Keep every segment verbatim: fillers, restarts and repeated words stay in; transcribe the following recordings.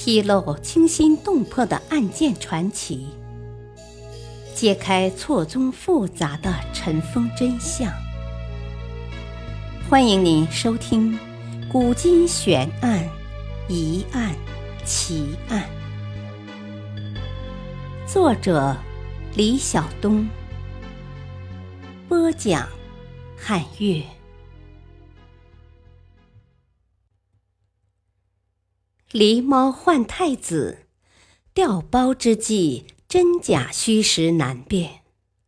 披露惊心动魄的案件传奇，揭开错综复杂的尘封真相。欢迎您收听《古今悬案、疑案、奇案》，作者李晓东，播讲汉月。狸猫换太子，调包之际，真假虚实难辨。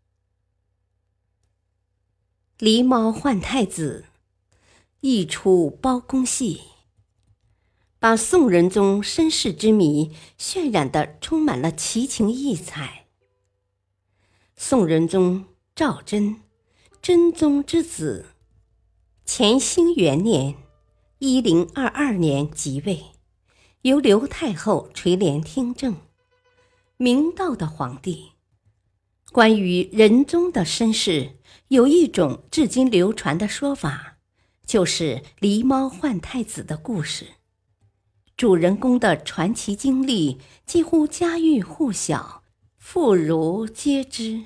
狸猫换太子，一出包公戏，把宋仁宗身世之谜渲染得充满了奇情异彩。宋仁宗赵祯，真宗之子，乾兴元年一零二二年即位，由刘太后垂帘听政，明道的皇帝。关于仁宗的身世，有一种至今流传的说法，就是狸猫换太子的故事。主人公的传奇经历几乎家喻户晓，妇孺皆知。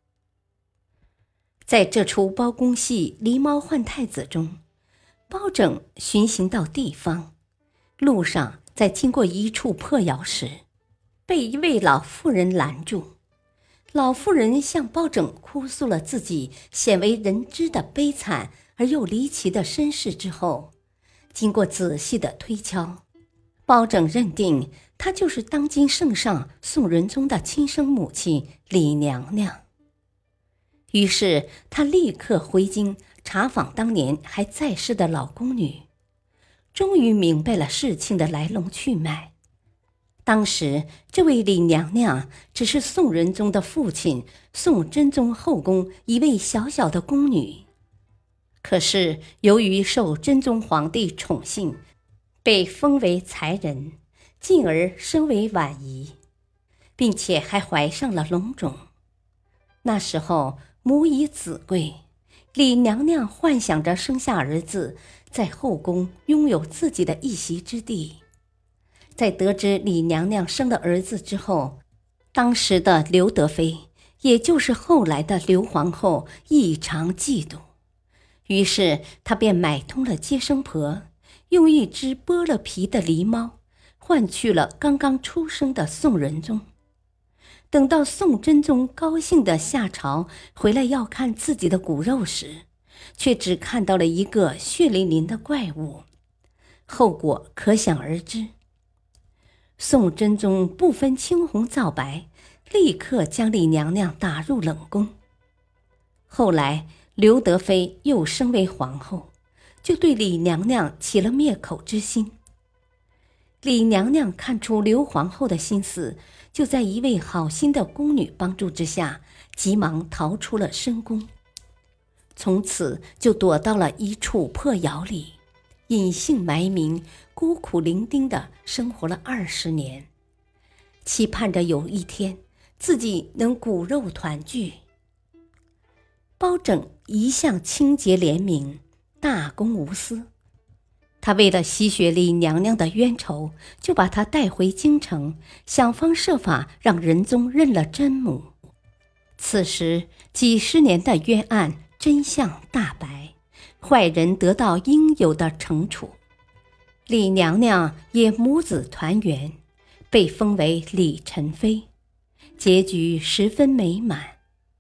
在这出包公戏《狸猫换太子》中，包拯巡行到地方，路上在经过一处破窑时，被一位老妇人拦住。老妇人向包拯哭诉了自己鲜为人知的悲惨而又离奇的身世之后，经过仔细的推敲，包拯认定她就是当今圣上宋仁宗的亲生母亲李娘娘。于是他立刻回京查访当年还在世的老宫女，终于明白了事情的来龙去脉。当时这位李娘娘只是宋仁宗的父亲宋真宗后宫一位小小的宫女，可是由于受真宗皇帝宠幸，被封为才人，进而升为婉仪，并且还怀上了龙种。那时候母以子贵，李娘娘幻想着生下儿子，在后宫拥有自己的一席之地。在得知李娘娘生了儿子之后，当时的刘德妃，也就是后来的刘皇后，异常嫉妒，于是她便买通了接生婆，用一只剥了皮的狸猫换去了刚刚出生的宋仁宗。等到宋真宗高兴地下朝回来要看自己的骨肉时，却只看到了一个血淋淋的怪物，后果可想而知。宋真宗不分青红皂白，立刻将李娘娘打入冷宫。后来刘德妃又升为皇后，就对李娘娘起了灭口之心。李娘娘看出刘皇后的心思，就在一位好心的宫女帮助之下，急忙逃出了深宫，从此就躲到了一处破窑里，隐姓埋名，孤苦伶仃地生活了二十年，期盼着有一天自己能骨肉团聚。包拯一向清洁廉明，大公无私，他为了吸血李娘娘的冤仇，就把她带回京城，想方设法让仁宗认了真母。此时几十年的冤案真相大白，坏人得到应有的惩处，李娘娘也母子团圆，被封为李宸妃，结局十分美满。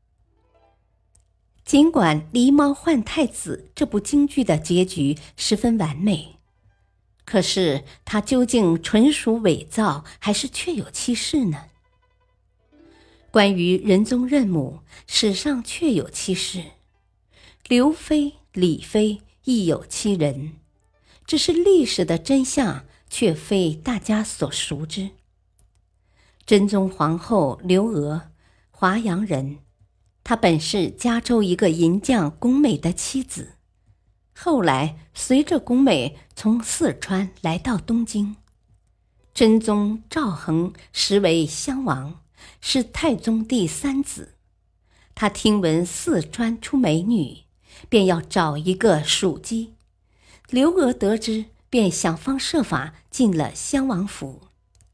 尽管《狸猫换太子》这部京剧的结局十分完美，可是它究竟纯属伪造，还是确有其事呢？关于仁宗认母，史上确有其事，刘妃、李妃亦有其人，只是历史的真相却非大家所熟知。真宗皇后刘娥，华阳人，她本是嘉州一个银匠龚美的妻子，后来随着龚美从四川来到东京，真宗赵恒实为襄王，是太宗第三子。他听闻四川出美女，便要找一个属姬。刘娥得知，便想方设法进了襄王府。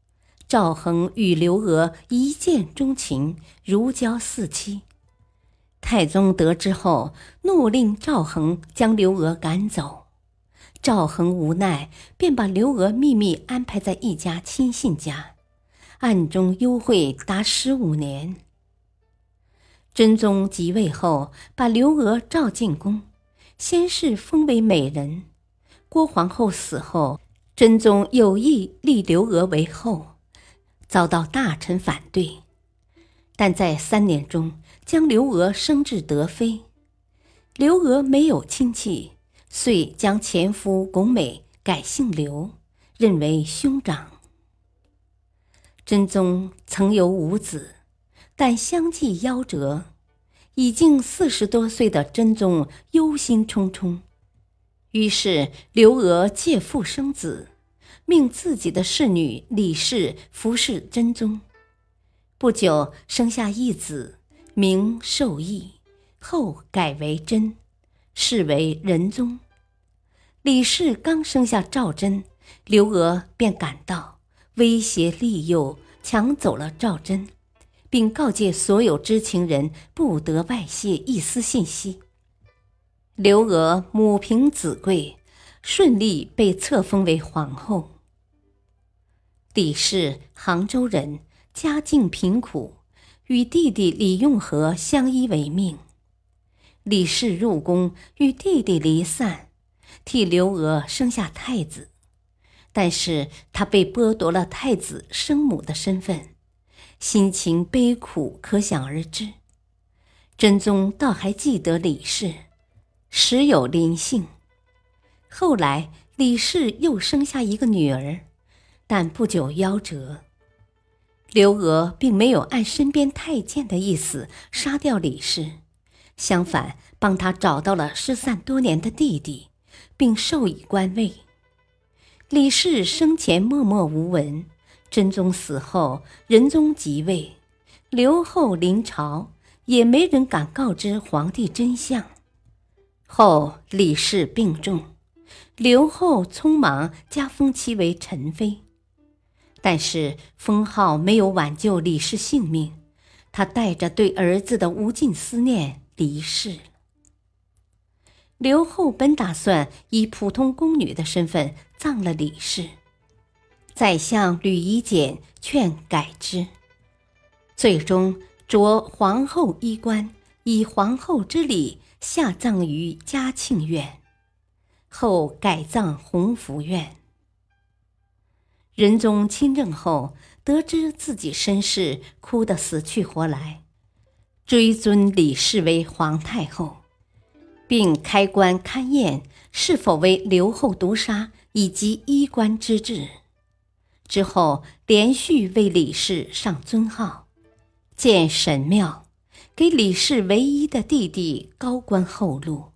赵恒与刘娥一见钟情，如胶似漆。太宗得知后，怒令赵恒将刘娥赶走。赵恒无奈，便把刘娥秘密安排在一家亲信家，暗中幽会达十五年。真宗即位后，把刘娥召进宫，先是封为美人。郭皇后死后，真宗有意立刘娥为后，遭到大臣反对，但在三年中将刘娥升至德妃。刘娥没有亲戚，遂将前夫巩美改姓刘，认为兄长。真宗曾有五子，但相继夭折，已经四十多岁的真宗忧心忡忡，于是刘娥借腹生子，命自己的侍女李氏服侍真宗。不久生下一子，名授义，后改为真，是为仁宗。李氏刚生下赵祯，刘娥便赶到，威胁利诱，抢走了赵祯，并告诫所有知情人不得外泄一丝信息。刘娥母凭子贵，顺利被册封为皇后。李氏杭州人，家境贫苦，与弟弟李用和相依为命。李氏入宫，与弟弟离散，替刘娥生下太子，但是他被剥夺了太子生母的身份，心情悲苦可想而知。真宗倒还记得李氏，时有临幸。后来李氏又生下一个女儿，但不久夭折。刘娥并没有按身边太监的意思杀掉李氏，相反帮他找到了失散多年的弟弟，并授以官位。李氏生前默默无闻，真宗死后，仁宗即位，刘后临朝，也没人敢告知皇帝真相。后李氏病重，刘后匆忙加封其为宸妃，但是封号没有挽救李氏性命，她带着对儿子的无尽思念离世了。刘后本打算以普通宫女的身份葬了李氏，宰相吕夷简劝改之，最终着皇后衣冠，以皇后之礼下葬于嘉庆院，后改葬弘福院。仁宗亲政后，得知自己身世，哭得死去活来，追尊李氏为皇太后，并开棺勘验是否为刘后毒杀以及衣冠之治。之后连续为李氏上尊号，建神庙，给李氏唯一的弟弟高官厚禄。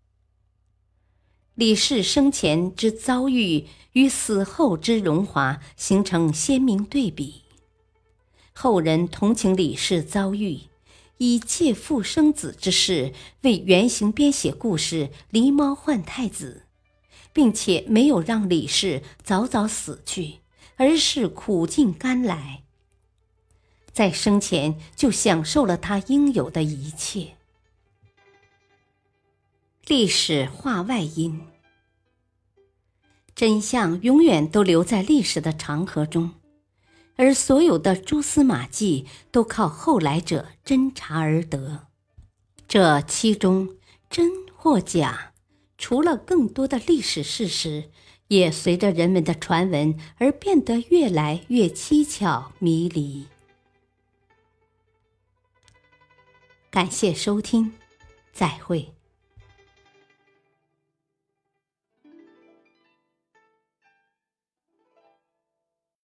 李氏生前之遭遇与死后之荣华形成鲜明对比。后人同情李氏遭遇，以借腹生子之事为原型编写故事《狸猫换太子》，并且没有让李氏早早死去，而是苦尽甘来，在生前就享受了他应有的一切。历史话外音，真相永远都留在历史的长河中，而所有的蛛丝马迹都靠后来者侦查而得。这其中真或假，除了更多的历史事实，也随着人们的传闻而变得越来越蹊跷迷离。感谢收听，再会。